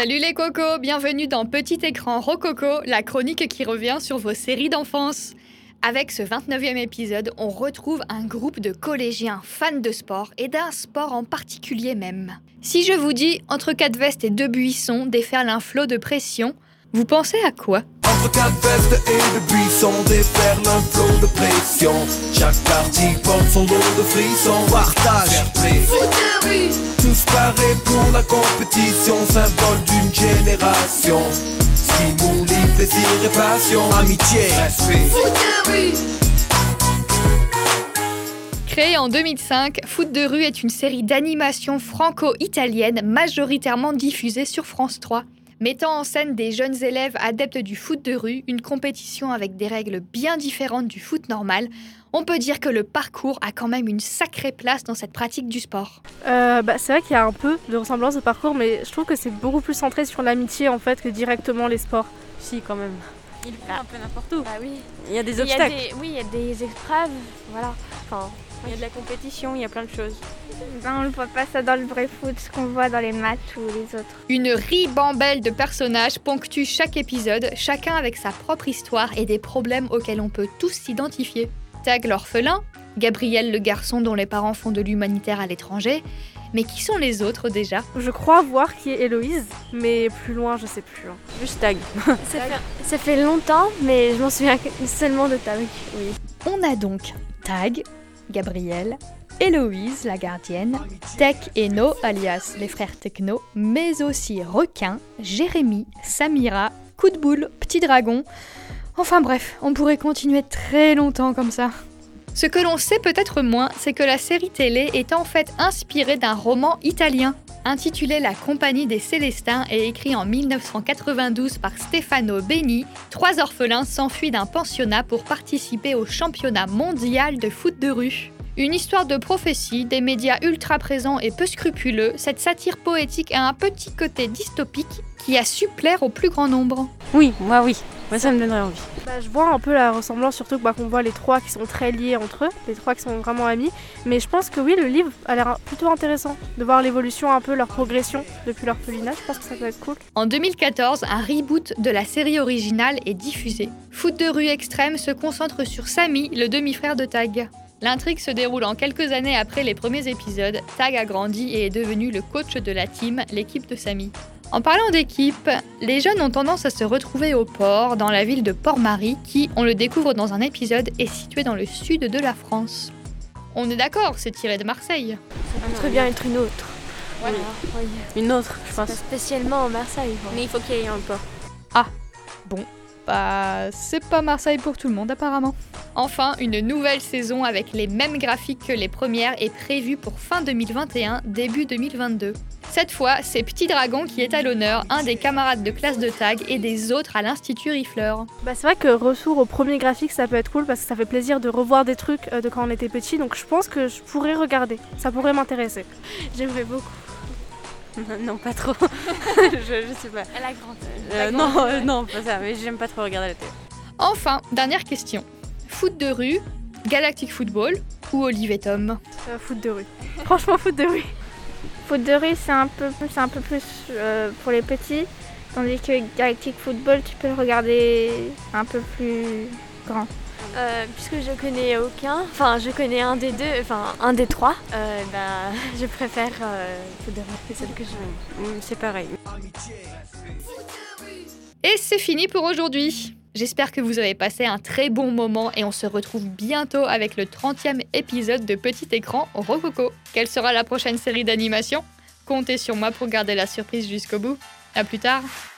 Salut les cocos, bienvenue dans Petit Écran Rococo, la chronique qui revient sur vos séries d'enfance. Avec ce 29e épisode, on retrouve un groupe de collégiens fans de sport et d'un sport en particulier même. Si je vous dis entre 4 vestes et 2 buissons déferle un flot de pression, vous pensez à quoi ? Entre 4 vestes et 2 buissons déferle un flot de pression. Chaque partie porte son lot de frissons. Partage, foot de rue. Tous parés pour la compétition, symbole d'une génération. Stimuli, plaisir et passion, amitié, respect. Foot de rue. Créée en 2005, Foot de rue est une série d'animation franco-italienne majoritairement diffusée sur France 3. Mettant en scène des jeunes élèves adeptes du foot de rue, une compétition avec des règles bien différentes du foot normal, on peut dire que le parcours a quand même une sacrée place dans cette pratique du sport. C'est vrai qu'il y a un peu de ressemblance de parcours, mais je trouve que c'est beaucoup plus centré sur l'amitié en fait que directement les sports. Si, quand même. Il court un peu n'importe où. Bah oui. Il y a des obstacles. Il y a des épreuves, voilà. Il y a de la compétition, il y a plein de choses. On ne voit pas ça dans le vrai foot, ce qu'on voit dans les matchs ou les autres. Une ribambelle de personnages ponctue chaque épisode, chacun avec sa propre histoire et des problèmes auxquels on peut tous s'identifier. Tag l'orphelin, Gabriel le garçon dont les parents font de l'humanitaire à l'étranger. Mais qui sont les autres déjà ? Je crois voir qui est Héloïse, mais plus loin je sais plus. Juste Tag. Ça fait longtemps, mais je m'en souviens seulement de Tag. Oui. On a donc Tag, Gabriel, Héloïse, la gardienne, Tech et No, alias les frères Techno, mais aussi Requin, Jérémy, Samira, Coup de boule, Petit Dragon. Enfin bref, on pourrait continuer très longtemps comme ça. Ce que l'on sait peut-être moins, c'est que la série télé est en fait inspirée d'un roman italien, intitulé La Compagnie des Célestins et écrit en 1992 par Stefano Benni. 3 orphelins s'enfuient d'un pensionnat pour participer au championnat mondial de foot de rue. Une histoire de prophétie, des médias ultra présents et peu scrupuleux, cette satire poétique a un petit côté dystopique qui a su plaire au plus grand nombre. Oui. Moi ça me donnerait envie. Je vois un peu la ressemblance, surtout qu'on voit les 3 qui sont très liés entre eux, les 3 qui sont vraiment amis. Mais je pense que oui, le livre a l'air plutôt intéressant de voir l'évolution, un peu leur progression depuis l'orphelinat. Je pense que ça peut être cool. En 2014, un reboot de la série originale est diffusé. Foot de rue extrême se concentre sur Samy, le demi-frère de Tag. L'intrigue se déroule en quelques années après les premiers épisodes. Tag a grandi et est devenu le coach de la team, l'équipe de Samy. En parlant d'équipe, les jeunes ont tendance à se retrouver au port, dans la ville de Port-Marie, qui, on le découvre dans un épisode, est située dans le sud de la France. On est d'accord, c'est tiré de Marseille. Ça peut très bien être une autre. Voilà. Oui. Une autre, je pense. Pas spécialement Marseille. Quoi. Mais il faut qu'il y ait un port. Ah, bon. C'est pas Marseille pour tout le monde apparemment. Enfin, une nouvelle saison avec les mêmes graphiques que les premières est prévue pour fin 2021, début 2022. Cette fois, c'est Petit Dragon qui est à l'honneur, un des camarades de classe de Tag et des autres à l'Institut Riffleur. C'est vrai que retour au premier graphique, ça peut être cool parce que ça fait plaisir de revoir des trucs de quand on était petit. Donc je pense que je pourrais regarder, ça pourrait m'intéresser. J'aimerais beaucoup. Non, pas trop. je sais pas. La grande. Non, pas ça, mais j'aime pas trop regarder la télé. Enfin, dernière question. Foot de rue, Galactic Football ou Olive et Tom ? Foot de rue. Franchement, foot de rue. Foot de rue, c'est un peu plus pour les petits, tandis que Galactic Football, tu peux le regarder un peu plus grand. Puisque je connais aucun, je connais un des des 3, je préfère Foot de rue, c'est celle que je veux. C'est pareil. Et c'est fini pour aujourd'hui. J'espère que vous avez passé un très bon moment et on se retrouve bientôt avec le 30e épisode de Petit Écran Rococo. Quelle sera la prochaine série d'animation ? Comptez sur moi pour garder la surprise jusqu'au bout. À plus tard.